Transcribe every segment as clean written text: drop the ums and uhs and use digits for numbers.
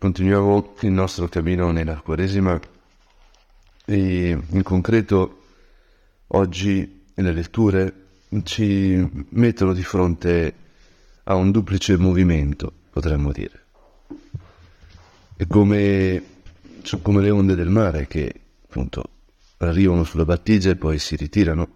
continuiamo il nostro cammino nella Quaresima e in concreto oggi le letture ci mettono di fronte a un duplice movimento, potremmo dire. È sono come le onde del mare che appunto arrivano sulla battigia e poi si ritirano.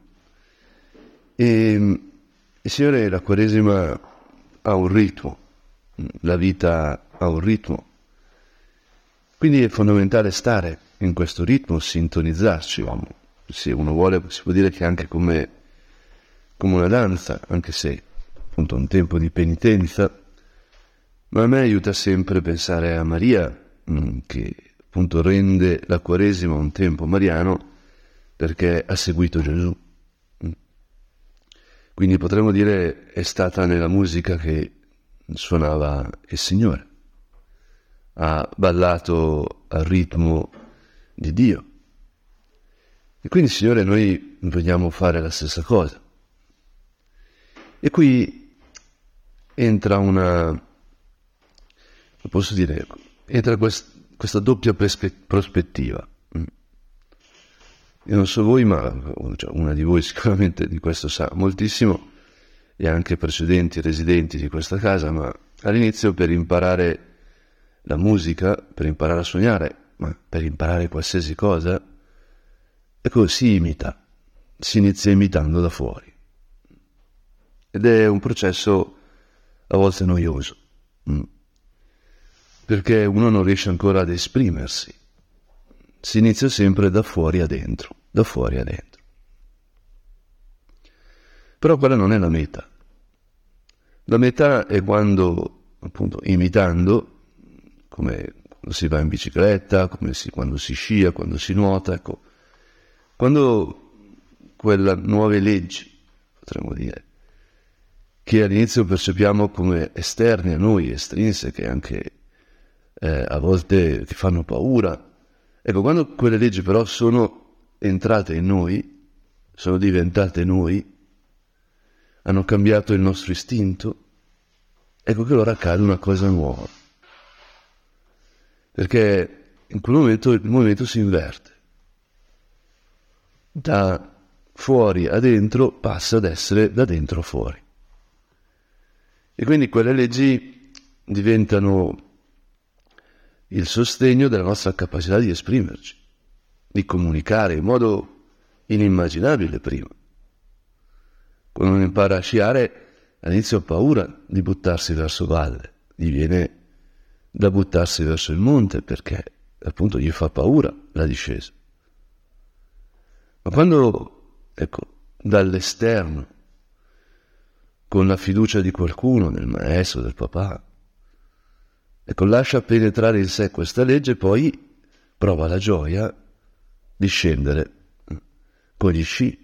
E Signore, la Quaresima ha un ritmo, la vita ha un ritmo, quindi è fondamentale stare in questo ritmo, sintonizzarci. Se uno vuole si può dire che è anche come una danza, anche se appunto un tempo di penitenza, ma a me aiuta sempre a pensare a Maria, che appunto rende la Quaresima un tempo mariano perché ha seguito Gesù. Quindi potremmo dire è stata nella musica che suonava il Signore, ha ballato al ritmo di Dio. E quindi, Signore, noi vogliamo fare la stessa cosa. E qui entra entra questa doppia prospettiva. Io non so voi, ma una di voi sicuramente di questo sa moltissimo, e anche precedenti residenti di questa casa, ma all'inizio per imparare la musica, per imparare a suonare, ma per imparare qualsiasi cosa, ecco, si inizia imitando da fuori. Ed è un processo a volte noioso, perché uno non riesce ancora ad esprimersi. Si inizia sempre da fuori a dentro, da fuori a dentro. Però quella non è la meta. La meta è quando, appunto, imitando, come quando si va in bicicletta, quando si scia, quando si nuota, ecco, quando quelle nuove leggi, potremmo dire, che all'inizio percepiamo come esterni a noi, estrinseche, anche a volte ti fanno paura. Ecco, quando quelle leggi però sono entrate in noi, sono diventate noi, hanno cambiato il nostro istinto, ecco che allora accade una cosa nuova. Perché in quel momento il movimento si inverte. Da fuori a dentro passa ad essere da dentro a fuori. E quindi quelle leggi diventano il sostegno della nostra capacità di esprimerci, di comunicare in modo inimmaginabile prima. Quando uno impara a sciare, all'inizio ha paura di buttarsi verso valle, gli viene da buttarsi verso il monte perché appunto gli fa paura la discesa. Ma quando, ecco, dall'esterno, con la fiducia di qualcuno, del maestro, del papà, ecco, lascia penetrare in sé questa legge, poi prova la gioia di scendere con gli sci.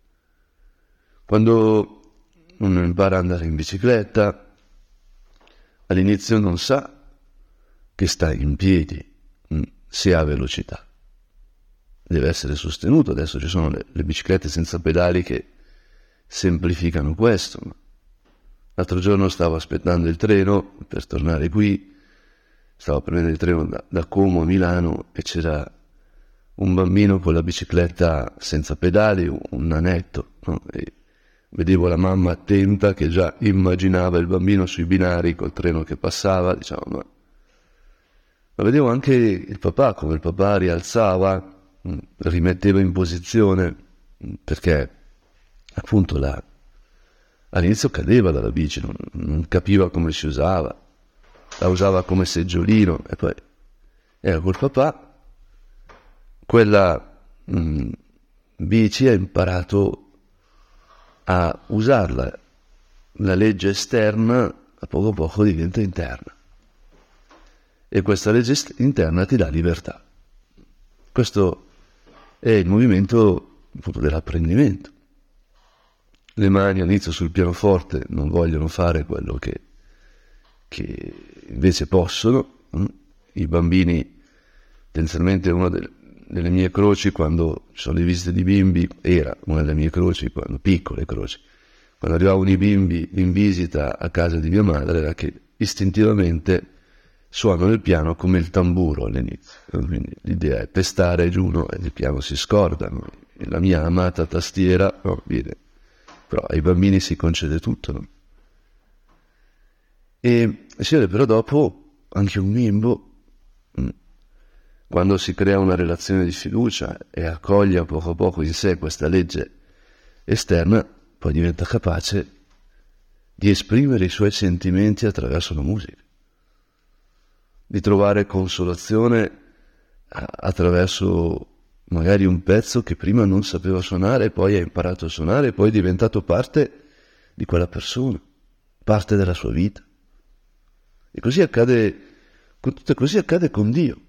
Quando uno impara ad andare in bicicletta, all'inizio non sa che sta in piedi, se ha velocità. Deve essere sostenuto. Adesso ci sono le biciclette senza pedali che semplificano questo. L'altro giorno stavo aspettando il treno per tornare qui, stavo prendendo il treno da Como a Milano e c'era un bambino con la bicicletta senza pedali, un nanetto, no? E vedevo la mamma attenta che già immaginava il bambino sui binari col treno che passava, diciamo, ma vedevo anche il papà, come il papà rialzava, rimetteva in posizione, perché appunto all'inizio cadeva dalla bici, non capiva come si usava, la usava come seggiolino, e poi era col papà, quella bici ha imparato a usarla, la legge esterna a poco diventa interna, e questa legge interna ti dà libertà. Questo è il movimento appunto dell'apprendimento. Le mani all'inizio sul pianoforte non vogliono fare quello che invece possono. I bambini, tendenzialmente una delle mie croci quando ci sono le visite di bimbi, era una delle mie croci, piccole croci, quando arrivavano i bimbi in visita a casa di mia madre, era che istintivamente suonano il piano come il tamburo all'inizio. Quindi l'idea è pestare giù, no? E il piano si scorda, no? E la mia amata tastiera, no? Viene. Però ai bambini si concede tutto, no? E Signore, però dopo anche un bimbo, quando si crea una relazione di fiducia e accoglie poco a poco in sé questa legge esterna, poi diventa capace di esprimere i suoi sentimenti attraverso la musica, di trovare consolazione attraverso magari un pezzo che prima non sapeva suonare, poi ha imparato a suonare, e poi è diventato parte di quella persona, parte della sua vita. E così accade con Dio.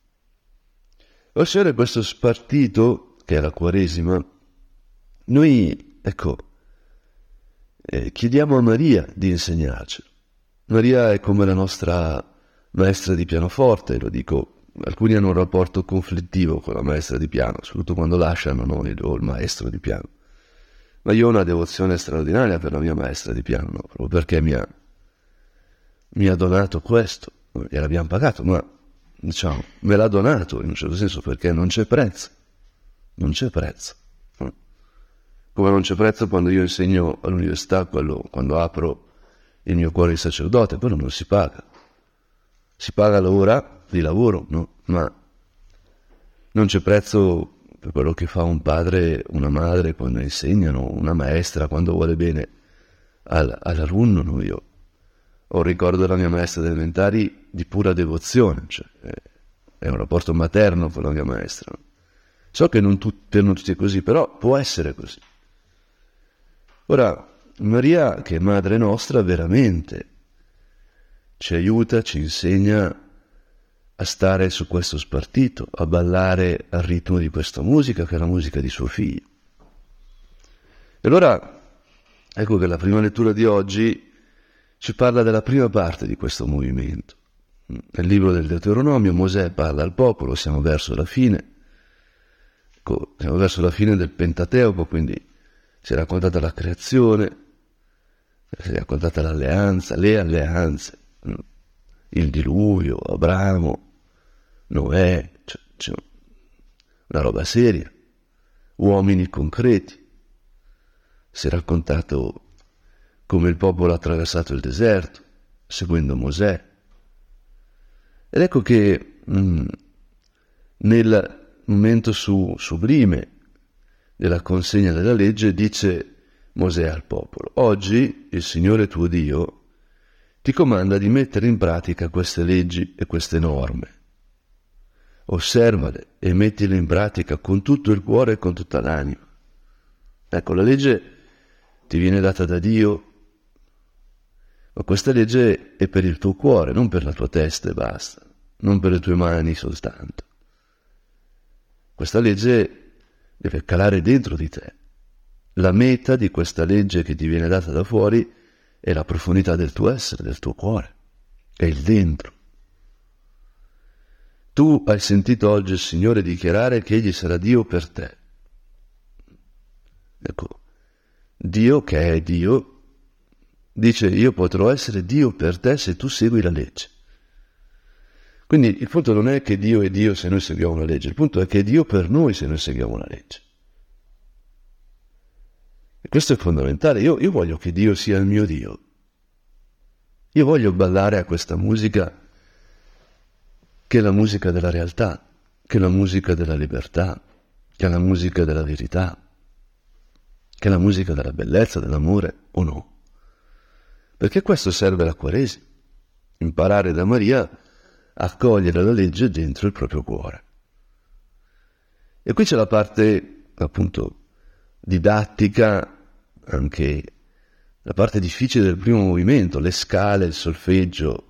O Signore, questo spartito, che è la Quaresima, noi, chiediamo a Maria di insegnarcelo. Maria è come la nostra maestra di pianoforte, lo dico, alcuni hanno un rapporto conflittivo con la maestra di piano, soprattutto quando lasciano noi o il maestro di piano. Ma io ho una devozione straordinaria per la mia maestra di piano, no? Proprio perché mi ha donato questo, gliel'abbiamo pagato, ma diciamo, me l'ha donato in un certo senso, perché non c'è prezzo. Come non c'è prezzo quando io insegno all'università, quando apro il mio cuore di sacerdote, quello non si paga. Si paga l'ora di lavoro, no? Ma non c'è prezzo per quello che fa un padre, una madre quando insegnano, una maestra quando vuole bene all'alunno. No? Io ho un ricordo della mia maestra delle elementari di pura devozione, cioè è un rapporto materno con la mia maestra. So che non tutti è così, però può essere così. Ora, Maria, che è madre nostra, veramente ci aiuta, ci insegna a stare su questo spartito, a ballare al ritmo di questa musica, che è la musica di suo figlio. E allora, ecco che la prima lettura di oggi ci parla della prima parte di questo movimento. Nel libro del Deuteronomio Mosè parla al popolo, siamo verso la fine del Pentateuco, quindi si è raccontata la creazione, si è raccontata l'alleanza, le alleanze, il diluvio, Abramo, Noè, c'è una roba seria, uomini concreti. Si è raccontato come il popolo ha attraversato il deserto, seguendo Mosè. Ed ecco che nel momento sublime della consegna della legge dice Mosè al popolo: oggi il Signore tuo Dio ti comanda di mettere in pratica queste leggi e queste norme. Osservale e mettile in pratica con tutto il cuore e con tutta l'anima. Ecco, la legge ti viene data da Dio, ma questa legge è per il tuo cuore, non per la tua testa e basta, non per le tue mani soltanto. Questa legge deve calare dentro di te. La meta di questa legge che ti viene data da fuori è la profondità del tuo essere, del tuo cuore, è il dentro. Tu hai sentito oggi il Signore dichiarare che Egli sarà Dio per te. Ecco, Dio, che è Dio, dice: io potrò essere Dio per te se tu segui la legge. Quindi il punto non è che Dio è Dio se noi seguiamo la legge, il punto è che è Dio per noi se noi seguiamo la legge. E questo è fondamentale. Io voglio che Dio sia il mio Dio. Io voglio ballare a questa musica che è la musica della realtà, che è la musica della libertà, che è la musica della verità, che è la musica della bellezza, dell'amore, o no? Perché questo serve la Quaresima, imparare da Maria a cogliere la legge dentro il proprio cuore. E qui c'è la parte, appunto, didattica, anche la parte difficile del primo movimento, le scale, il solfeggio,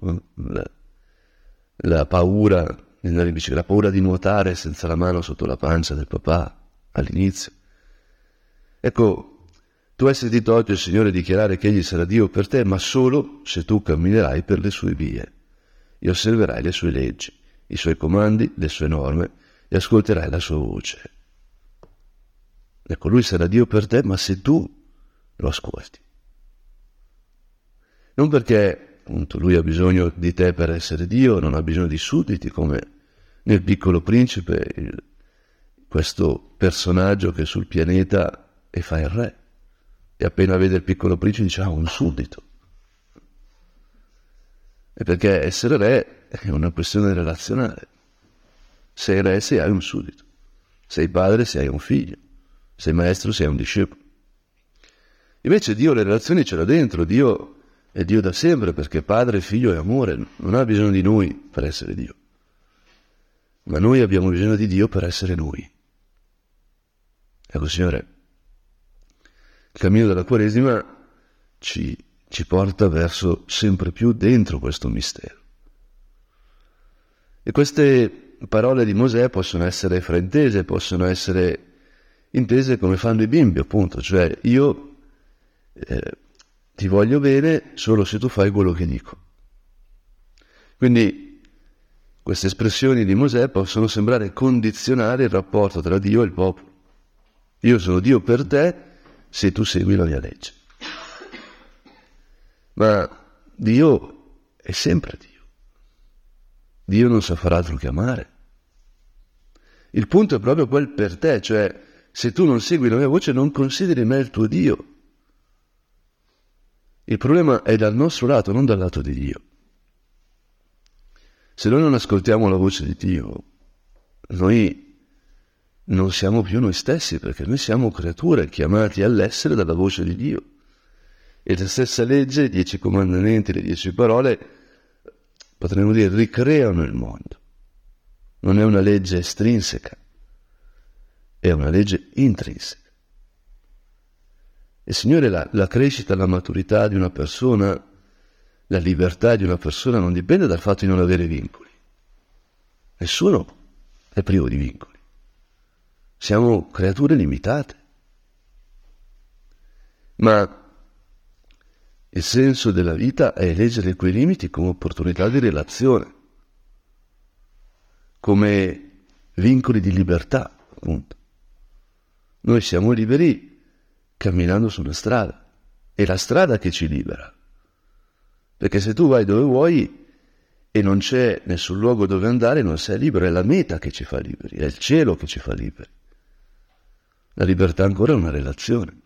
la paura la paura di nuotare senza la mano sotto la pancia del papà all'inizio. Ecco, tu hai sentito oggi il Signore dichiarare che Egli sarà Dio per te, ma solo se tu camminerai per le sue vie e osserverai le sue leggi, i suoi comandi, le sue norme e ascolterai la sua voce. Ecco, Lui sarà Dio per te, ma se tu lo ascolti. Non perché appunto lui ha bisogno di te per essere Dio, non ha bisogno di sudditi come nel Piccolo Principe, questo personaggio che è sul pianeta e fa il re. E appena vede il Piccolo Principe dice, un suddito. E perché essere re è una questione relazionale. Sei re se hai un suddito, sei padre se hai un figlio, sei maestro se hai un discepolo. Invece Dio le relazioni ce l'ha dentro, Dio è Dio da sempre perché padre, figlio e amore, non ha bisogno di noi per essere Dio. Ma noi abbiamo bisogno di Dio per essere noi. Ecco, Signore, il cammino della Quaresima ci porta verso sempre più dentro questo mistero. E queste parole di Mosè possono essere fraintese, possono essere intese come fanno i bimbi, appunto, cioè io ti voglio bene solo se tu fai quello che dico. Quindi queste espressioni di Mosè possono sembrare condizionare il rapporto tra Dio e il popolo. Io sono Dio per te se tu segui la mia legge. Ma Dio è sempre Dio. Dio non sa far altro che amare. Il punto è proprio quel per te, cioè se tu non segui la mia voce non consideri me il tuo Dio. Il problema è dal nostro lato, non dal lato di Dio. Se noi non ascoltiamo la voce di Dio, noi non siamo più noi stessi, perché noi siamo creature chiamati all'essere dalla voce di Dio. E la stessa legge, i 10 comandamenti, le 10 parole, potremmo dire, ricreano il mondo. Non è una legge estrinseca, è una legge intrinseca. E Signore, la crescita, la maturità di una persona, la libertà di una persona non dipende dal fatto di non avere vincoli. Nessuno è privo di vincoli. Siamo creature limitate. Ma il senso della vita è eleggere quei limiti come opportunità di relazione, come vincoli di libertà, appunto. Noi siamo liberi camminando su una strada, è la strada che ci libera. Perché se tu vai dove vuoi e non c'è nessun luogo dove andare, non sei libero, è la meta che ci fa liberi, è il cielo che ci fa liberi. La libertà ancora è una relazione.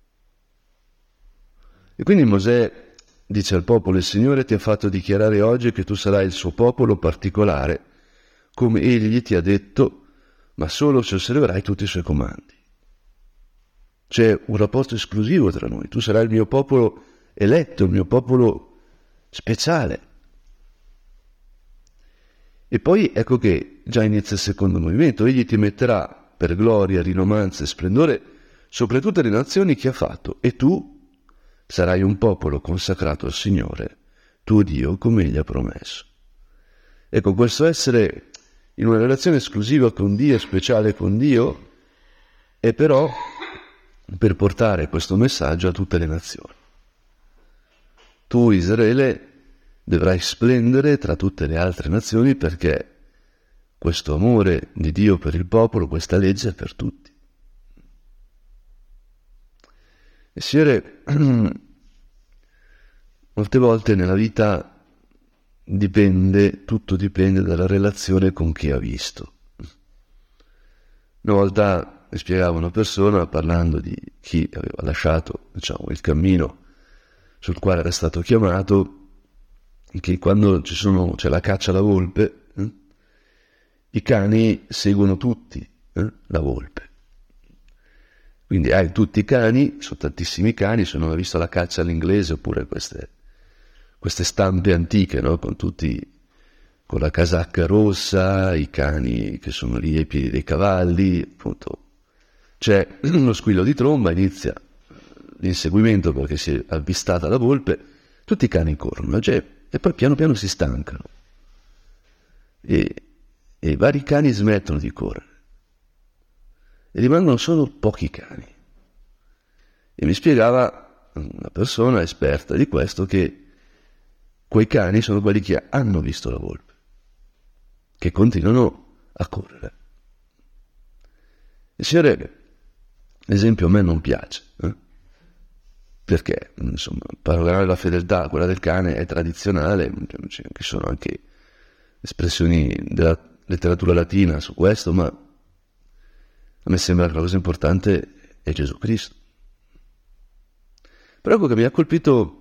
E quindi Mosè dice al popolo, il Signore ti ha fatto dichiarare oggi che tu sarai il suo popolo particolare, come egli ti ha detto, ma solo se osserverai tutti i suoi comandi. C'è un rapporto esclusivo tra noi, tu sarai il mio popolo eletto, il mio popolo speciale. E poi ecco che già inizia il secondo movimento, egli ti metterà per gloria, rinomanza e splendore sopra tutte le nazioni che ha fatto, e tu sarai un popolo consacrato al Signore, tuo Dio, come egli ha promesso. Ecco, questo essere in una relazione esclusiva con Dio, speciale con Dio, è però per portare questo messaggio a tutte le nazioni. Tu, Israele, dovrai splendere tra tutte le altre nazioni perché questo amore di Dio per il popolo, questa legge è per tutti. E Signore, molte volte nella vita tutto dipende dalla relazione con chi ha visto. Una volta mi spiegava una persona parlando di chi aveva lasciato, il cammino sul quale era stato chiamato, che quando c'è la caccia alla volpe, i cani seguono tutti la volpe. Quindi hai tutti i cani, sono tantissimi cani, se non hai visto la caccia all'inglese oppure queste stampe antiche, no? Con la casacca rossa, i cani che sono lì ai piedi dei cavalli, appunto. C'è uno squillo di tromba, inizia l'inseguimento perché si è avvistata la volpe, tutti i cani corrono, e poi piano piano si stancano. E i vari cani smettono di correre. E rimangono solo pochi cani. E mi spiegava una persona esperta di questo che quei cani sono quelli che hanno visto la volpe, che continuano a correre. E Signore, l'esempio a me non piace. perché, insomma, paragonare la fedeltà a quella del cane è tradizionale, ci sono anche espressioni della letteratura latina su questo, ma a me sembra che la cosa importante è Gesù Cristo. Però ecco che mi ha colpito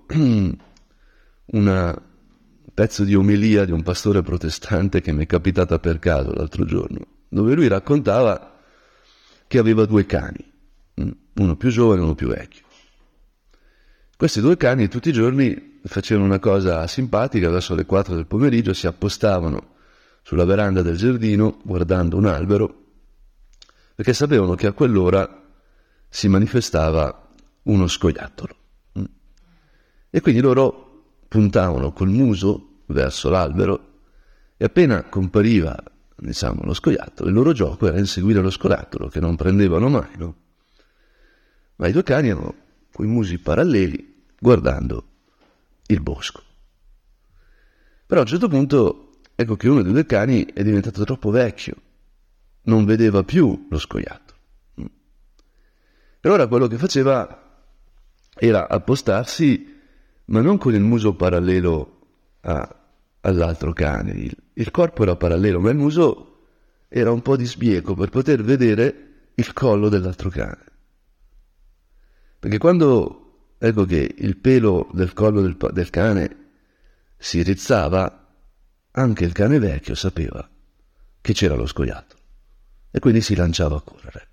un pezzo di omelia di un pastore protestante che mi è capitata per caso l'altro giorno, dove lui raccontava che aveva 2 cani, uno più giovane e uno più vecchio. Questi 2 cani tutti i giorni facevano una cosa simpatica, verso le 4 del pomeriggio si appostavano sulla veranda del giardino guardando un albero, perché sapevano che a quell'ora si manifestava uno scoiattolo. E quindi loro puntavano col muso verso l'albero e appena compariva, diciamo, lo scoiattolo, il loro gioco era inseguire lo scoiattolo, che non prendevano mai, no? Ma i 2 cani erano coi musi paralleli guardando il bosco. Però a un certo punto ecco che uno dei 2 cani è diventato troppo vecchio, non vedeva più lo scoiattolo. E allora quello che faceva era appostarsi, ma non con il muso parallelo all'altro cane. Il corpo era parallelo, ma il muso era un po' di sbieco per poter vedere il collo dell'altro cane. Perché quando, ecco che il pelo del collo del cane si rizzava, anche il cane vecchio sapeva che c'era lo scoiattolo e quindi si lanciava a correre.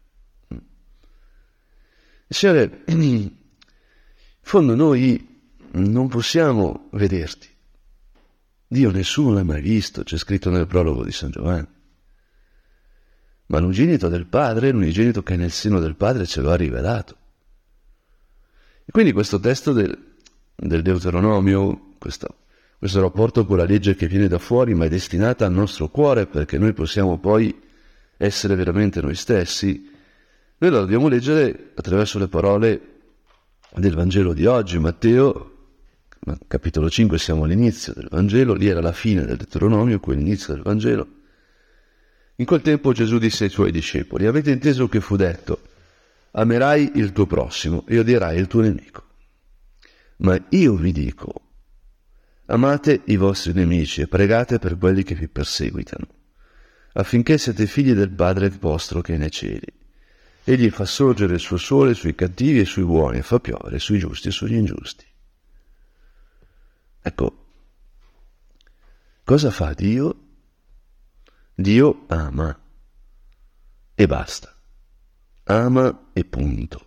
Signore, in fondo noi non possiamo vederti. Dio nessuno l'ha mai visto, c'è scritto nel prologo di San Giovanni. Ma l'unigenito del Padre, l'unigenito che è nel seno del Padre ce lo ha rivelato. E quindi questo testo del Deuteronomio, questo rapporto con la legge che viene da fuori ma è destinata al nostro cuore perché noi possiamo poi essere veramente noi stessi, noi lo dobbiamo leggere attraverso le parole del Vangelo di oggi, Matteo, capitolo 5, siamo all'inizio del Vangelo, lì era la fine del Deuteronomio, qui l'inizio del Vangelo. In quel tempo Gesù disse ai suoi discepoli: avete inteso che fu detto, amerai il tuo prossimo e odierai il tuo nemico. Ma io vi dico, amate i vostri nemici e pregate per quelli che vi perseguitano, affinché siate figli del Padre vostro che è nei cieli. Egli fa sorgere il suo sole sui cattivi e sui buoni, e fa piovere sui giusti e sugli ingiusti. Ecco, cosa fa Dio? Dio ama e basta. Ama e punto.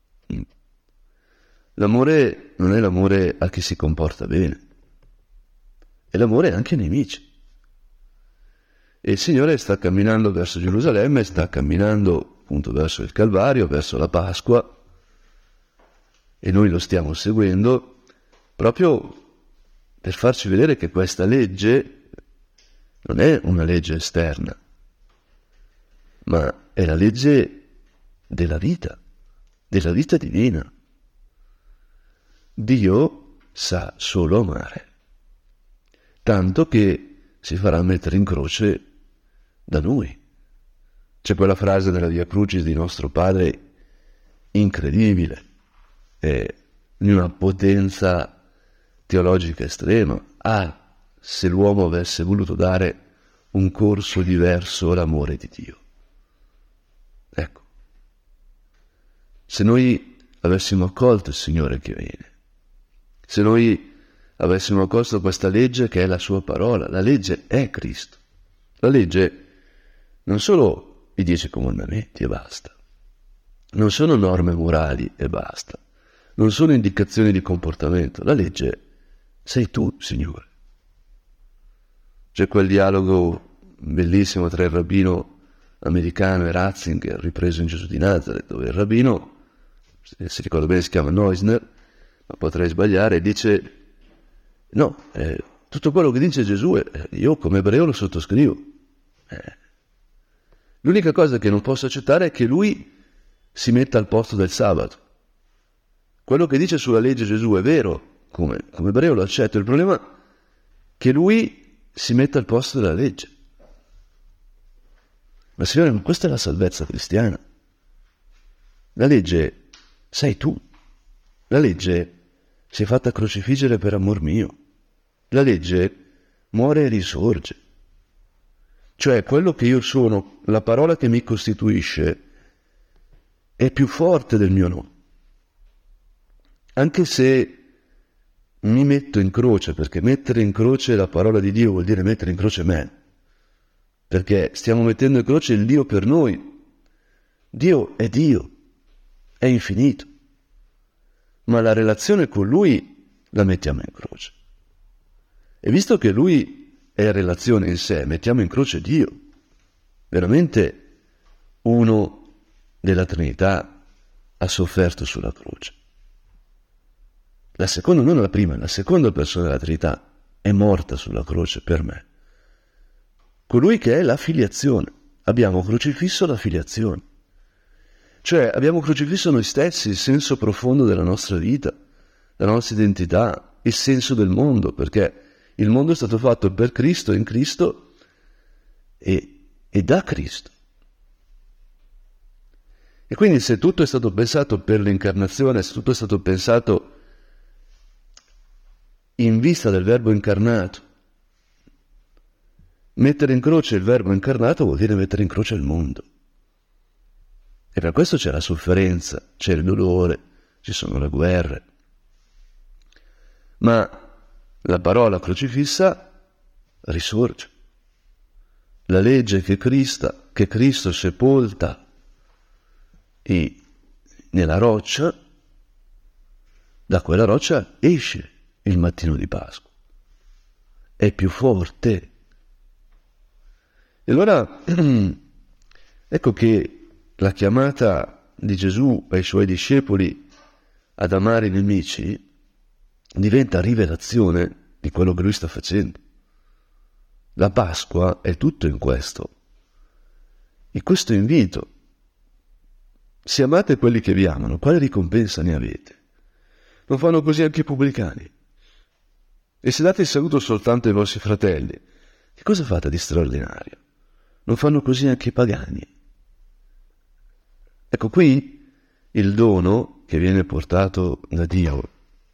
L'amore non è l'amore a chi si comporta bene, è l'amore anche ai nemici. E il Signore sta camminando verso Gerusalemme, sta camminando appunto verso il Calvario, verso la Pasqua, e noi lo stiamo seguendo proprio per farci vedere che questa legge non è una legge esterna, ma è la legge della vita divina. Dio sa solo amare, tanto che si farà mettere in croce da noi. C'è quella frase nella Via Crucis di nostro Padre incredibile, di una potenza teologica estrema. Se l'uomo avesse voluto dare un corso diverso all'amore di Dio. Ecco, se noi avessimo accolto il Signore che viene, se noi avessimo accolto questa legge che è la sua parola, la legge è Cristo. La legge non solo i 10 comandamenti e basta, non sono norme morali e basta, non sono indicazioni di comportamento, la legge sei tu, Signore. C'è quel dialogo bellissimo tra il rabbino americano e Ratzinger, ripreso in Gesù di Nazareth, dove il rabbino, se ricordo bene si chiama Neusner, ma potrei sbagliare, dice no, tutto quello che dice Gesù io come ebreo lo sottoscrivo. L'unica cosa che non posso accettare è che lui si metta al posto del sabato. Quello che dice sulla legge Gesù è vero, come ebreo lo accetto, il problema è che lui si metta al posto della legge. Ma Signore, ma questa è la salvezza cristiana. La legge sei tu. La legge si è fatta crocifiggere per amor mio. La legge muore e risorge. Cioè, quello che io sono, la parola che mi costituisce, è più forte del mio nome. Anche se mi metto in croce, perché mettere in croce la parola di Dio vuol dire mettere in croce me. Perché stiamo mettendo in croce il Dio per noi. Dio, è infinito. Ma la relazione con Lui la mettiamo in croce. E visto che Lui è relazione in sé, mettiamo in croce Dio. Veramente uno della Trinità ha sofferto sulla croce. La seconda, non la prima, la seconda persona della Trinità è morta sulla croce per me. Colui che è la filiazione. Abbiamo crocifisso la filiazione. Cioè abbiamo crocifisso noi stessi, il senso profondo della nostra vita, la nostra identità, il senso del mondo, perché il mondo è stato fatto per Cristo, in Cristo e da Cristo. E quindi se tutto è stato pensato per l'incarnazione, se tutto è stato pensato in vista del Verbo incarnato, mettere in croce il Verbo incarnato vuol dire mettere in croce il mondo. E per questo c'è la sofferenza, c'è il dolore, ci sono le guerre. Ma la parola crocifissa risorge. La legge che Cristo sepolta nella roccia, da quella roccia esce il mattino di Pasqua. È più forte. E allora ecco che la chiamata di Gesù ai suoi discepoli ad amare i nemici diventa rivelazione di quello che lui sta facendo. La Pasqua è tutto in questo. In questo invito. Se amate quelli che vi amano, quale ricompensa ne avete? Non fanno così anche i pubblicani? E se date il saluto soltanto ai vostri fratelli, che cosa fate di straordinario? Non fanno così anche i pagani? Ecco qui il dono che viene portato da Dio,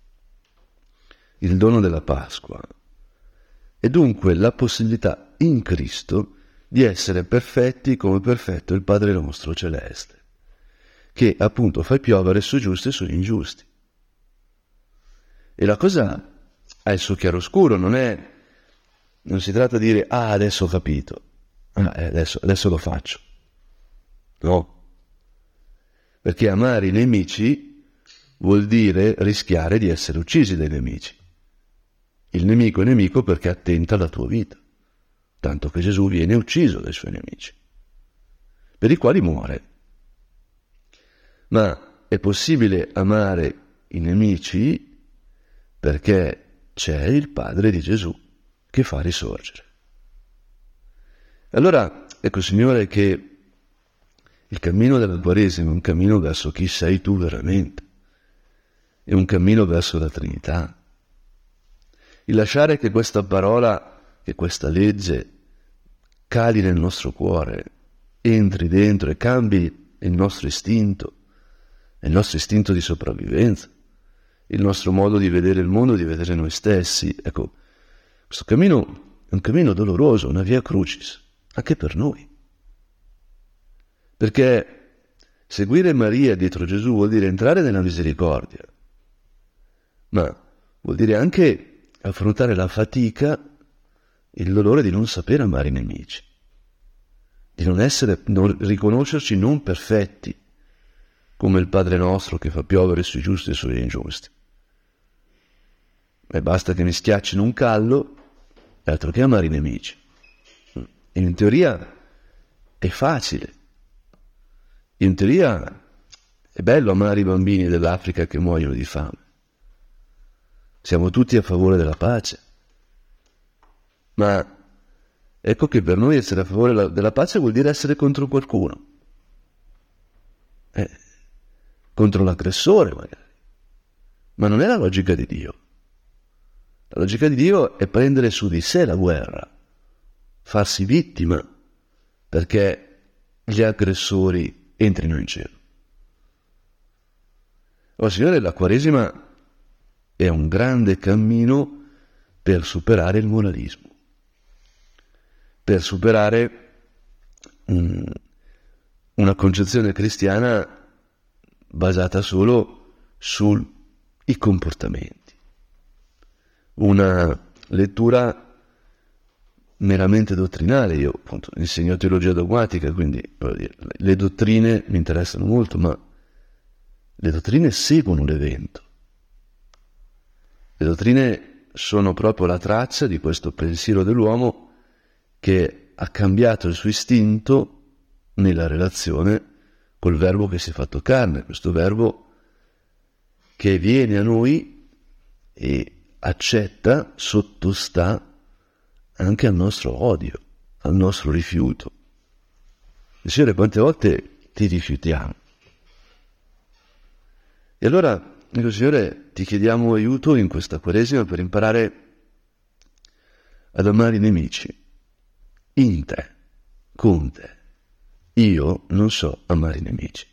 il dono della Pasqua, è dunque la possibilità in Cristo di essere perfetti come perfetto il Padre nostro celeste, che appunto fa piovere sui giusti e sugli ingiusti. E la cosa ha il suo chiaroscuro, non si tratta di dire adesso ho capito, adesso lo faccio. No. Perché amare i nemici vuol dire rischiare di essere uccisi dai nemici. Il nemico è nemico perché attenta alla tua vita, tanto che Gesù viene ucciso dai suoi nemici, per i quali muore. Ma è possibile amare i nemici perché c'è il Padre di Gesù che fa risorgere. Allora, ecco Signore che il cammino della Quaresima è un cammino verso chi sei tu veramente, è un cammino verso la Trinità. Il lasciare che questa parola, che questa legge cali nel nostro cuore, entri dentro e cambi il nostro istinto di sopravvivenza, il nostro modo di vedere il mondo, di vedere noi stessi. Ecco, questo cammino è un cammino doloroso, una via crucis, anche per noi. Perché seguire Maria dietro Gesù vuol dire entrare nella misericordia, ma vuol dire anche affrontare la fatica, il dolore di non saper amare i nemici, di non riconoscerci non perfetti, come il Padre nostro che fa piovere sui giusti e sugli ingiusti. E basta che mi schiaccino un callo, e altro che amare i nemici. E in teoria è facile. In teoria è bello amare i bambini dell'Africa che muoiono di fame. Siamo tutti a favore della pace. Ma ecco che per noi essere a favore della pace vuol dire essere contro qualcuno. Contro l'aggressore magari. Ma non è la logica di Dio. La logica di Dio è prendere su di sé la guerra, farsi vittima, perché gli aggressori entrino in cielo. Oh Signore, la Quaresima è un grande cammino per superare il moralismo, per superare una concezione cristiana basata solo sui comportamenti, una lettura meramente dottrinale. Io appunto insegno teologia dogmatica, quindi le dottrine mi interessano molto, ma le dottrine seguono l'evento. Le dottrine sono proprio la traccia di questo pensiero dell'uomo che ha cambiato il suo istinto nella relazione col Verbo che si è fatto carne, questo Verbo che viene a noi e accetta, sottostà anche al nostro odio, al nostro rifiuto. Signore, quante volte ti rifiutiamo? E allora, dico, Signore, ti chiediamo aiuto in questa Quaresima per imparare ad amare i nemici, in te, con te. Io non so amare i nemici.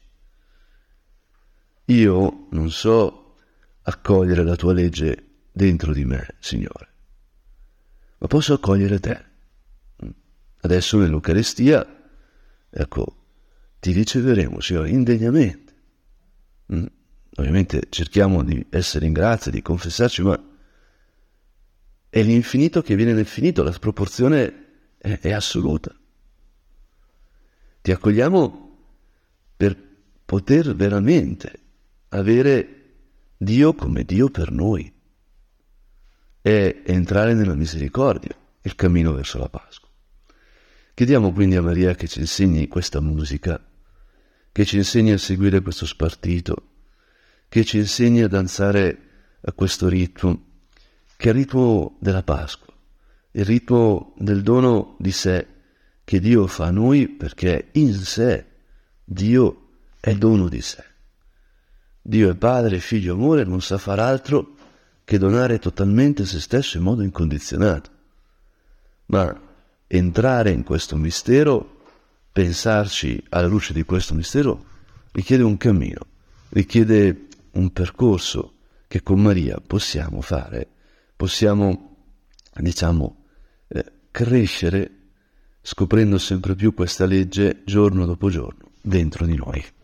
Io non so accogliere la tua legge dentro di me, Signore, ma posso accogliere te. Adesso nell'Eucaristia, ecco, ti riceveremo, Signore, indegnamente. Ovviamente cerchiamo di essere in grazia, di confessarci, ma è l'infinito che viene nel finito, la sproporzione è assoluta. Ti accogliamo per poter veramente avere Dio come Dio per noi e entrare nella misericordia, il cammino verso la Pasqua. Chiediamo quindi a Maria che ci insegni questa musica, che ci insegni a seguire questo spartito, che ci insegni a danzare a questo ritmo, che è il ritmo della Pasqua, il ritmo del dono di sé che Dio fa a noi, perché in sé Dio è dono di sé. Dio è Padre, Figlio e Amore, non sa far altro che donare totalmente se stesso in modo incondizionato. Ma entrare in questo mistero, pensarci alla luce di questo mistero, richiede un cammino, richiede un percorso che con Maria possiamo fare, possiamo, crescere scoprendo sempre più questa legge giorno dopo giorno dentro di noi.